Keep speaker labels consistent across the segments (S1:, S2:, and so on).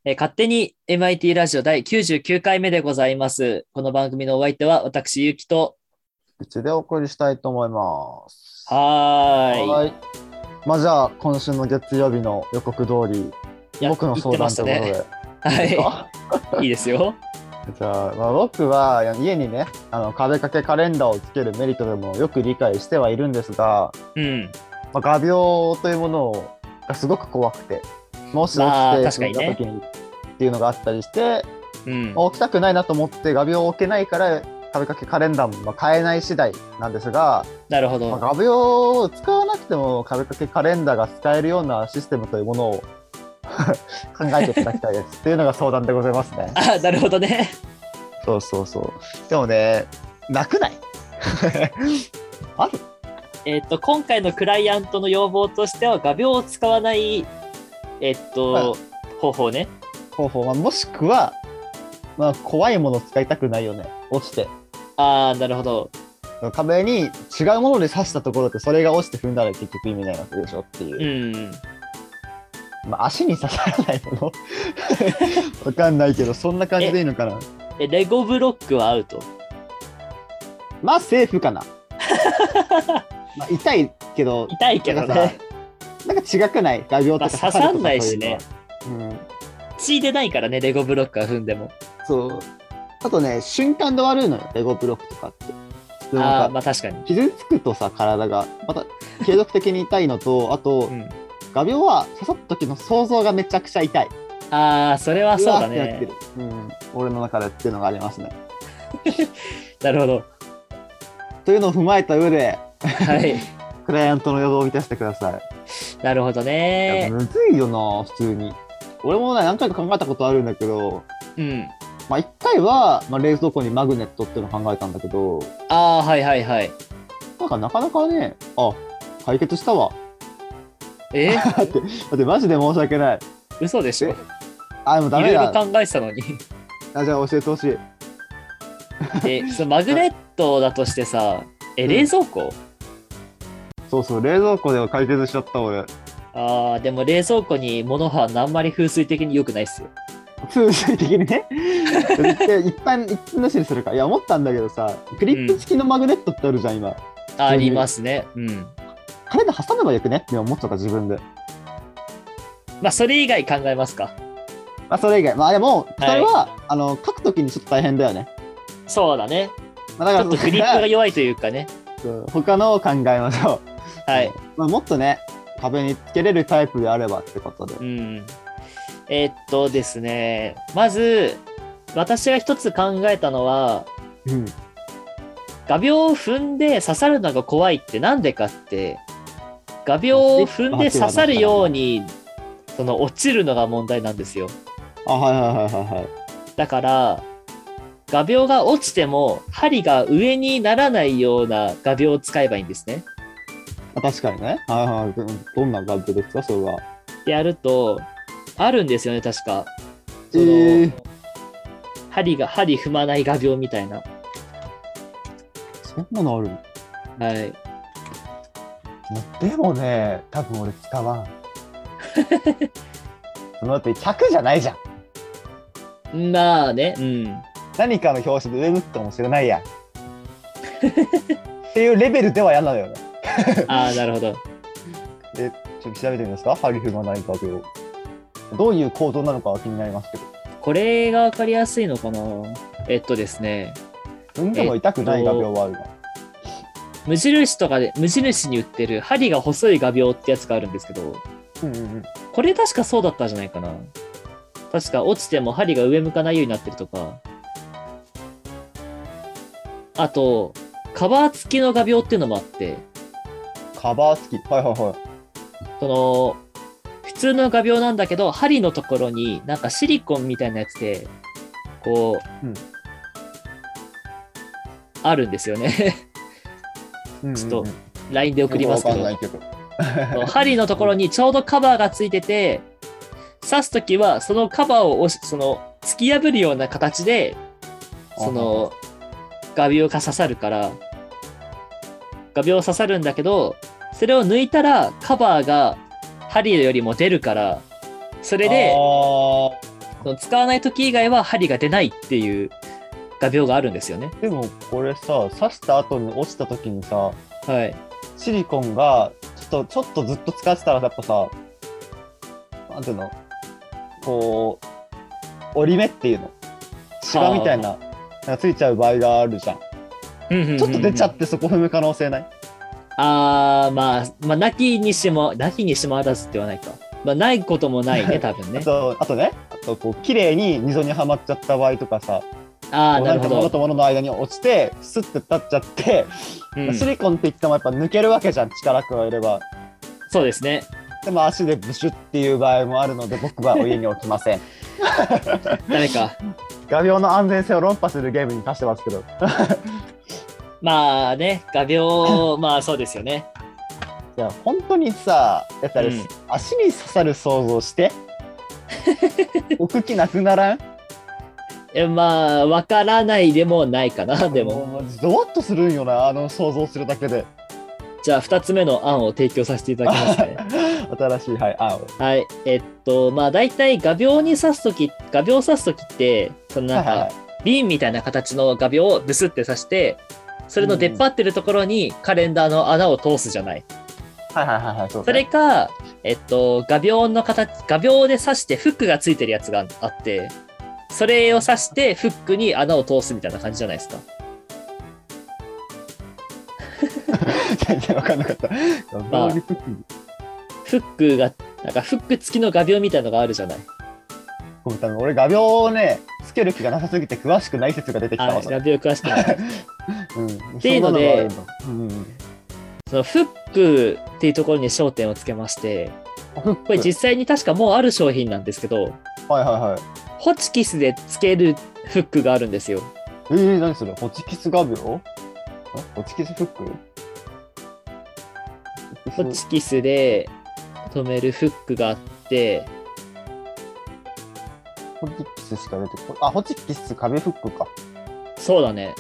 S1: 勝手に MIT ラジオ第99回目でございます。この番組のお相手は私、ゆきと、
S2: うちでお送りしたいと思います。
S1: はーい。
S2: はい。じゃあ、今週の月曜日の予告通り、僕の相談ということで、いいですか？
S1: はい。いいですよ。
S2: じゃあ、僕は家にね、壁掛けカレンダーをつけるメリットでもよく理解してはいるんですが、
S1: うん。
S2: 画鋲というものがすごく怖くて、もし
S1: まあ、
S2: 起きて
S1: 確かにね。
S2: 死んだ時にっていうのがあったりして、
S1: うん。
S2: 起きたくないなと思って画鋲を置けないから壁掛けカレンダーも買えない次第なんですが、
S1: なるほど。
S2: 画鋲を使わなくても壁掛けカレンダーが使えるようなシステムというものを考えていただきたいですっていうのが相談でございますね。
S1: あ、なるほどね。
S2: そうそうそう。でもね、なくない？ある？
S1: 今回のクライアントの要望としては、画鋲を使わない、方法ね。
S2: 方法、もしくは、怖いもの使いたくないよね。落ちて。
S1: ああ、なるほど。
S2: 壁に違うもので刺したところってそれが落ちて踏んだら結局意味ないわけでしょっていう。足に刺さらないものわかんないけど、そんな感じでいいのかな。
S1: レゴブロックはアウト。
S2: セーフかな。痛いけど、
S1: 痛いけどね。
S2: なんか違くない？画鋲とか
S1: 刺さんないしね。血出ないからね、レゴブロックは踏んでも。
S2: そう。あとね、瞬間で割るのよ、レゴブロックとかって。
S1: ああ、まあ確かに。
S2: 傷つくとさ、体が。また、継続的に痛いのと、あと、画鋲は刺さった時の想像がめちゃくちゃ痛い。
S1: ああ、それはそうだね。
S2: 俺の中でっていうのがありますね。
S1: なるほど。
S2: というのを踏まえた上で、
S1: はい。
S2: クライアントの予想を満たしてください。
S1: なるほどね。
S2: むずいよな、普通に。俺もね、何回か考えたことあるんだけど、一回は、冷蔵庫にマグネットっていうのを考えたんだけど、
S1: ああ、はいはいはい。
S2: なかなかね、解決したわ。だってマジで申し訳ない。
S1: 嘘でしょ。
S2: でもダメだ。
S1: いろいろ考えてたのに。
S2: じゃあ教えてほしい。
S1: そのマグネットだとしてさ、冷蔵庫？
S2: そうそう、冷蔵庫では解決しちゃった俺。
S1: ああ、でも冷蔵庫に物はあんまり風水的に良くないっすよ。
S2: 風水的にね。一般なしにするか。いや、思ったんだけどさ、クリップ付きのマグネットってあるじゃん、今。
S1: ありますね。
S2: あれで挟めばよくねって思っちゃった、自分で。
S1: それ以外考えますか。
S2: それ以外。でも、それは、書くときにちょっと大変だよね。
S1: そうだね。
S2: だから
S1: ちょっとグリップが弱いというかね。
S2: 他のを考えましょ
S1: う。はい。
S2: もっとね、壁につけれるタイプであればってことで。
S1: ですね、まず、私が一つ考えたのは、画鋲を踏んで刺さるのが怖いってなんでかって、画鋲を踏んで刺さるように、落ちるのが問題なんですよ。だから、画鋲が落ちても針が上にならないような画鋲を使えばいいんですね。
S2: 確かにね。どんな画鋲ですか、それは。
S1: でやると、あるんですよね、確か。針踏まない画鋲みたいな。
S2: そんなのある？
S1: はい。
S2: でもね、多分俺使わん。だって100じゃないじゃ
S1: ん。まあね、
S2: 何かの表紙で上向くかもしれないやん。っていうレベルでは嫌なのよね。
S1: ああ、なるほど。
S2: で、ちょっと調べてみますか？針踏まない画鋲。どういう構造なのかは気になりますけど。
S1: これが分かりやすいのかな。ですね。
S2: 踏んでも痛くない画鋲はあるな。
S1: 無印に売ってる針が細い画鋲ってやつがあるんですけど、これ確かそうだったんじゃないかな。確か落ちても針が上向かないようになってるとか。あと、カバー付きの画鋲っていうのもあって。
S2: カバー付き？
S1: 普通の画鋲なんだけど、針のところになんかシリコンみたいなやつで、あるんですよね。ちょっと LINE で送りますけど、針のところにちょうどカバーがついてて、刺すときはそのカバーを突き破るような形で画鋲が刺さるから、画鋲刺さるんだけど、それを抜いたらカバーが針よりも出るから、それでその使わない時以外は針が出ないっていう画鋲があるんですよね。
S2: でもこれさ、刺した後に落ちた時にさ、
S1: はい。
S2: シリコンがちょっとずっと使ってたらやっぱさ、なんていうの、こう折り目っていうの、シワみたいななんかついちゃう場合があるじゃん。ちょっと出ちゃってそこ踏む可能性ない？
S1: まあ、なきにしもあらずってはないか。まあ、ないこともないね、多分ね。
S2: あとね、こう綺麗に溝にはまっちゃった場合とかさ、
S1: なるほど。
S2: 物と物の間に落ちてスッて立っちゃって、シリコンって言ってもやっぱ抜けるわけじゃん、力加えれば。
S1: そうですね。
S2: でも足でブシュっていう場合もあるので、僕はお家に置きません。
S1: 誰か。
S2: 画鋲の安全性を論破するゲームに出してますけど。
S1: まあね、画鋲、まあそうですよね。
S2: いや、本当にさ、やったら、足に刺さる想像して。置く気なくならん？
S1: まあ、わからないでもないかな、でも。
S2: ゾワッとするんよな、想像するだけで。
S1: じゃあ、2つ目の案を提供させていただきますね。
S2: 新しい、はい、案を。
S1: はい。まあ、大体画鋲刺すときって、そのなんか、瓶みたいな形の画鋲をブスって刺して、それの出っ張ってるところにカレンダーの穴を通すじゃない。それか、画鋲で刺してフックがついてるやつがあって、それを刺してフックに穴を通すみたいな感じじゃないですか。
S2: 全然分かんなかった。
S1: まあ、フックが、なんかフック付きの画鋲みたいなのがあるじゃない。
S2: 俺画鋲をね、つける気がなさすぎて詳しくない説が出てきたわ。
S1: 画鋲詳しくない。っていうので、そのフックっていうところに焦点をつけまして、これ実際に確かもうある商品なんですけど、ホチキスでつけるフックがあるんですよ。
S2: 何それ？ホチキス画鋲？ホチキスフック？
S1: ホチキスで留めるフックがあって、
S2: ホチキスしか出てこない。ホチキス壁フックか。
S1: そうだね。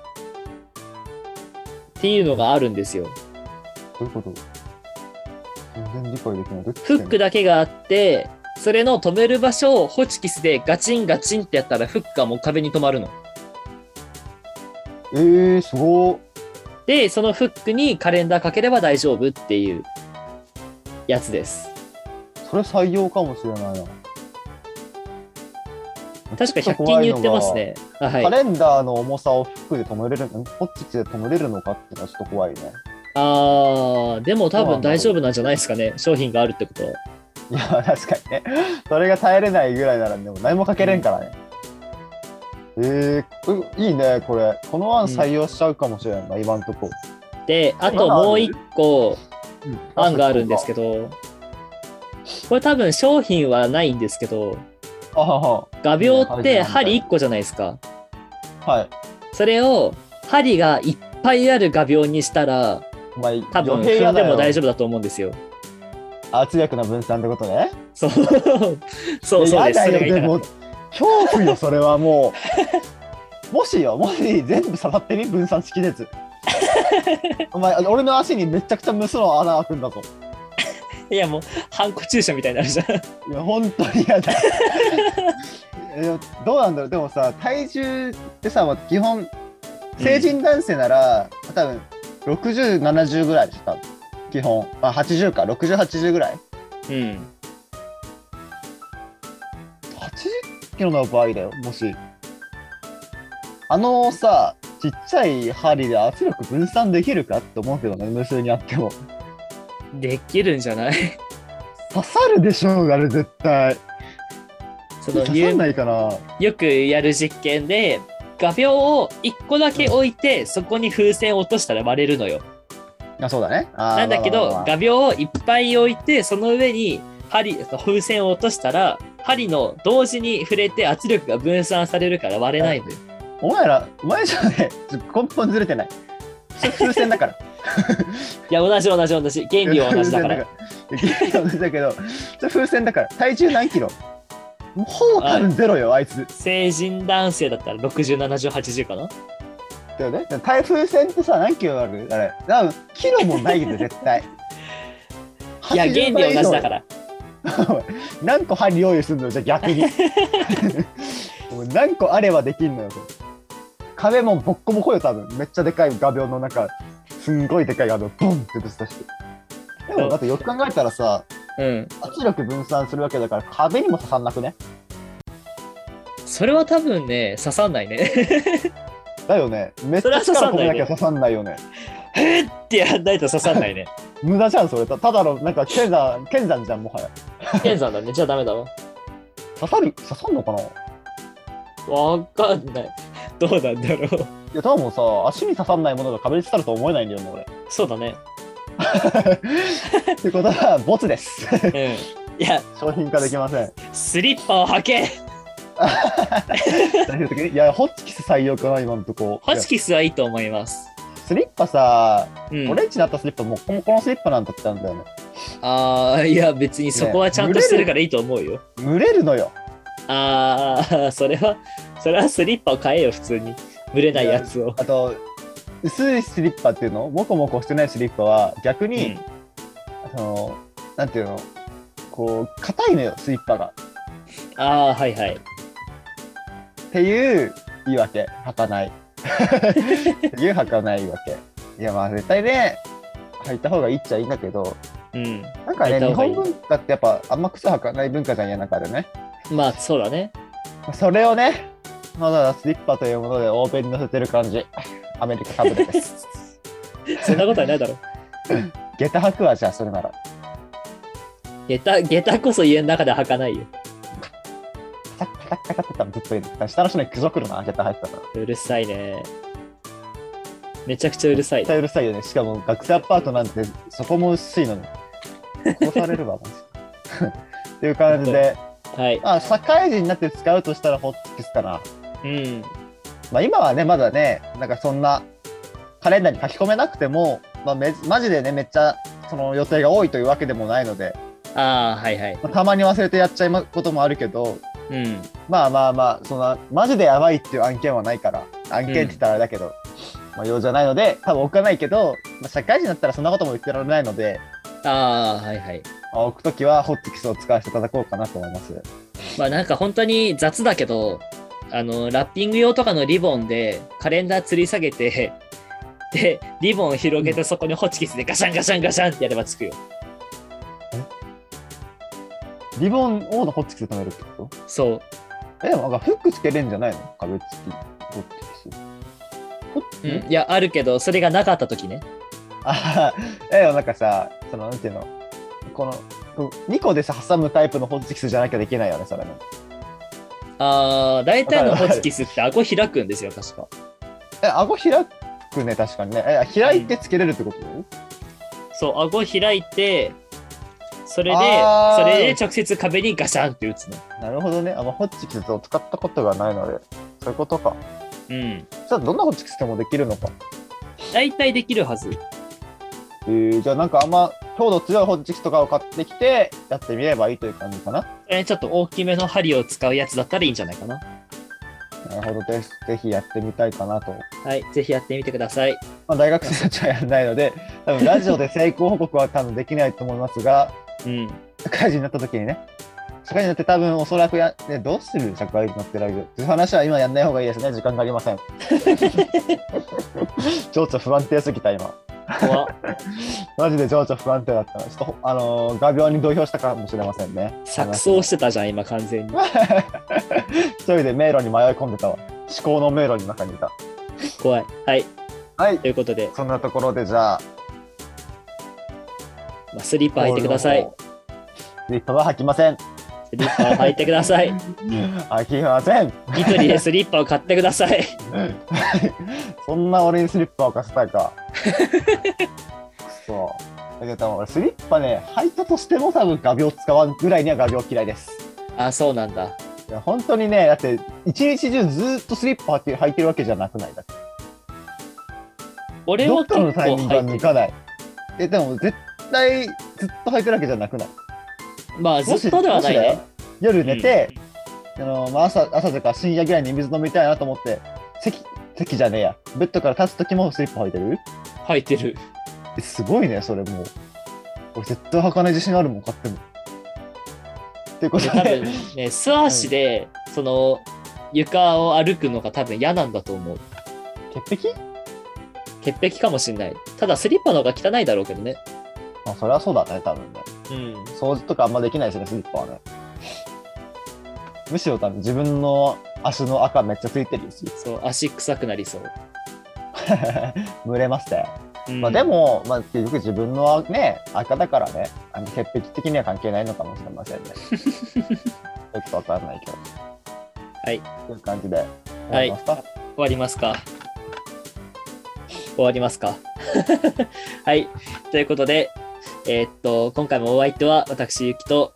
S1: っていうのがあるんですよ。
S2: どういうこと？全然理解できない。
S1: フックだけがあって、それの止める場所をホチキスでガチンガチンってやったらフックがもう壁に止まるの。
S2: すごー。
S1: で、そのフックにカレンダーかければ大丈夫っていうやつです。
S2: それ採用かもしれないな。
S1: 確か100均に言ってますね。
S2: カレンダーの重さをフックで止めれる、ホチキスで止めれるのかっていうのはちょっと怖いね。
S1: でも多分大丈夫なんじゃないですかね。商品があるってことは。
S2: いや、確かにね。それが耐えれないぐらいならでも何もかけれんからね。いいね、これ。この案採用しちゃうかもしれないな、今んとこ。
S1: で、あともう一個案があるんですけど、これ多分商品はないんですけど、画鋲って針1個じゃないですか。それを針がいっぱいある画鋲にしたら、多分踏んでも大丈夫だと思うんですよ。
S2: 圧力の分散ってことね。
S1: そうです。
S2: でも恐怖よ、それはもう。もし全部刺さってみ、分散式熱。お前、俺の足にめちゃくちゃ無数の穴開くんだぞ。
S1: いや、もうハンコ注射みたいになるじゃん。い
S2: や、本当に嫌だ。どうなんだろう。でもさ、体重ってさ、基本成人男性なら、多分60、70ぐらいでしょ、基本。80か、60、80ぐらい。80キロの場合だよ、もし。さ、ちっちゃい針で圧力分散できるかって思うけどね、無数にあっても。
S1: できるんじゃない？
S2: 刺さるでしょう、あれ絶対。刺さんないかな。
S1: よくやる実験で、画鋲を1個だけ置いて、そこに風船を落としたら割れるのよ。
S2: そうだね。
S1: なんだけど、画鋲をいっぱい置いて、その上に風船を落としたら、針の同時に触れて圧力が分散されるから割れないのよ。
S2: お前じゃね、根本ずれてない。風船だから。
S1: いや、同じ。原理は同じだから。
S2: 原理は同じだけど、風船だから。体重何キロ？ほぼ多分ゼロよ、あいつ。
S1: 成人男性だったら60、70、80かな？
S2: だよね。風船ってさ、何キロある？あれ。キロもないけど、絶対。
S1: いや、原理同じだから。
S2: 何個針用意するのよ、じゃあ逆に。もう何個あればできんのよ。壁もボッコボコよ、多分。めっちゃでかい画鋲の中、すんごいでかい画鋲、ボンってぶっ刺して。でも、だってよく考えたらさ、圧力分散するわけだから壁にも刺さんなくね？
S1: それは多分ね、刺さんないね。
S2: だよね。めっちゃ力込めなきゃ刺さんないよね。
S1: へーってやんないと刺さんないね。
S2: 無駄じゃん、それ。ただの、なんか、剣山じゃん、もはや。
S1: 剣山だね。じゃあダメだわ。
S2: 刺さんのかな？
S1: わかんない。どうなんだろう。
S2: いや、多分さ、足に刺さんないものが壁に刺さると思えないんだよね、俺。
S1: そうだね。
S2: ってことは、ボツです。
S1: いや、
S2: 商品化できません。
S1: スリッパを履け。
S2: いや、ホッチキス採用かな、今のとこ。
S1: ホチキスはいいと思います。
S2: スリッパさ、オレンジになったスリッパ、もうこのスリッパなんだったんだよね。
S1: いや、別にそこはちゃんとしてるからいいと思うよ。
S2: 蒸れるのよ。
S1: それはスリッパを買えよ、普通に。蒸れないやつを。
S2: あと、薄いスリッパっていうの、モコモコしてないスリッパは、逆に、なんていうの、こう、硬いのよ、スリッパが。
S1: はいはい。
S2: っていう言い訳、履かない。っていう履かないわけ。いや、まあ、絶対ね、履いた方がいいっちゃいいんだけど、なんかね、日本文化ってやっぱ、あんま靴履かない文化じゃん、家の中でね。
S1: まあ、そうだね。
S2: それをね、まだスリッパというもので欧米に乗せてる感じ。アメリカかぶれです。
S1: そんなことはないだろ。
S2: 下駄履くわ、じゃあ、それなら。
S1: 下駄こそ家の中で履かないよ。
S2: カタカタって多分ずっといる。下の人にクソ来るな、下駄履いてたから。
S1: うるさいね。めちゃくちゃうるさい。
S2: めっちゃうるさいよね。しかも学生アパートなんてそこも薄いのに。殺されるわ、マジで。っていう感じで、まあ、社会人になって使うとしたらホッチキスかな。まあ今はね、まだね、なんかそんなカレンダーに書き込めなくても、まあ、マジでね、めっちゃその予定が多いというわけでもないので、
S1: はいはい。
S2: たまに忘れてやっちゃうこともあるけど、まあ、そんな、マジでやばいっていう案件はないから、案件って言ったらあれだけど、まあ、用じゃないので、多分置かないけど、まあ、社会人だったらそんなことも言ってられないので、
S1: はいはい。
S2: 置くときはホッチキスを使わせていただこうかなと思います。
S1: まあなんか本当に雑だけど、ラッピング用とかのリボンでカレンダー吊り下げて、で、リボンを広げてそこにホチキスでガシャンガシャンガシャンってやればつくよ。
S2: リボンをホッチキスで留めるってこと？
S1: そう。
S2: でもなんかフックつけれんじゃないの？壁付きホッ
S1: チキス。いや、あるけど、それがなかったときね。
S2: なんかさ、なんていうの、この2個でさ挟むタイプのホッチキスじゃなきゃできないよね、それも。
S1: 大体のホチキスって顎開くんですよ、確か。
S2: 顎開くね、確かにね。開いてつけれるってこと？
S1: そう、顎開いて、それで直接壁にガシャンって打つの。
S2: なるほどね。ホッチキスを使ったことがないので、そういうことか。じゃあどんなホッチキスでもできるのか。
S1: 大体できるはず。
S2: じゃあなんかあんま強度強いホッチキスとかを買ってきてやってみればいいという感じかな。
S1: ちょっと大きめの針を使うやつだったらいいんじゃないかな。
S2: なるほどです。ぜひやってみたいかなと。
S1: はい、ぜひやってみてください。
S2: まあ、大学生たちはやらないので、多分ラジオで成功報告は多分できないと思いますが、社会人になった時にね、社会人になって多分おそらくどうする社会人になってラジオという話は今やんない方がいいですね。時間がありません。情緒不安定すぎた今。
S1: 怖っ。
S2: マジで情緒不安定だったな。ちょっと画鋲に同票したかもしれませんね。
S1: 錯綜してたじゃん今完全に。
S2: 一人で迷路に迷い込んでたわ。思考の迷路の中にいた。
S1: 怖い。はい。ということで。
S2: そんなところでじゃあ、
S1: スリッパ履いてください。
S2: スリッパは履きません。
S1: スリッパを履いてください。
S2: 履きません。
S1: ニトリでスリッパを買ってください。
S2: そんな俺にスリッパを貸したいか。くそ。だけど俺スリッパね、履いたとしても多分画鋲使わんぐらいには画鋲嫌いです。
S1: そうなんだ。
S2: いや本当にね、だって一日中ずっとスリッパ履いてるわけじゃなくないだって。
S1: 俺は結構
S2: どっかのタイミングは抜かない。でも絶対ずっと履いてるわけじゃなくない。
S1: まあずっとではないね。
S2: 夜寝て、朝とか深夜ぐらいに水飲みたいなと思って席じゃねえや、ベッドから立つ時もスリッパ履いてる？
S1: 履いてる。
S2: すごいね、それもう。俺絶対履かない自信あるもん、買っても。 ってこと
S1: 多分ね、素足で、その、床を歩くのが多分嫌なんだと思う。
S2: 潔癖？
S1: 潔癖かもしんない。ただスリッパの方が汚いだろうけどね。
S2: まあ、それはそうだね、多分ね。
S1: うん。
S2: 掃除とかあんまできないしね、スリッパはね。むしろ多分自分の足の赤めっちゃついてるし。
S1: そう、足臭くなりそう。
S2: 蒸れますね。
S1: うん
S2: まあでも、まあ、結局自分のね、赤だからね、潔癖的には関係ないのかもしれませんね。よくわかんないけど。
S1: はい。
S2: という感じで終わりますか？
S1: 終わりますか。終わりますか。はい。ということで、今回もお相手は私、ゆきと、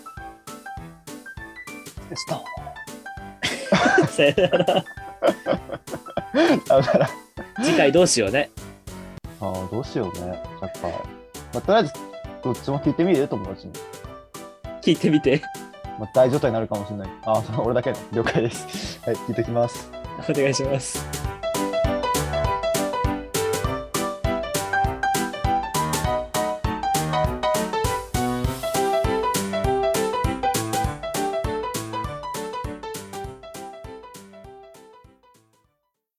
S2: スト
S1: さよなら。
S2: だから
S1: 次回どうしようね。
S2: ああ、どうしようね。100回。まあ、とりあえず、どっちも聞いてみる友達に。
S1: 聞いてみて。
S2: まあ、大状態になるかもしれない。ああ、俺だけね。了解です。はい、聞いてきます。
S1: お願いします。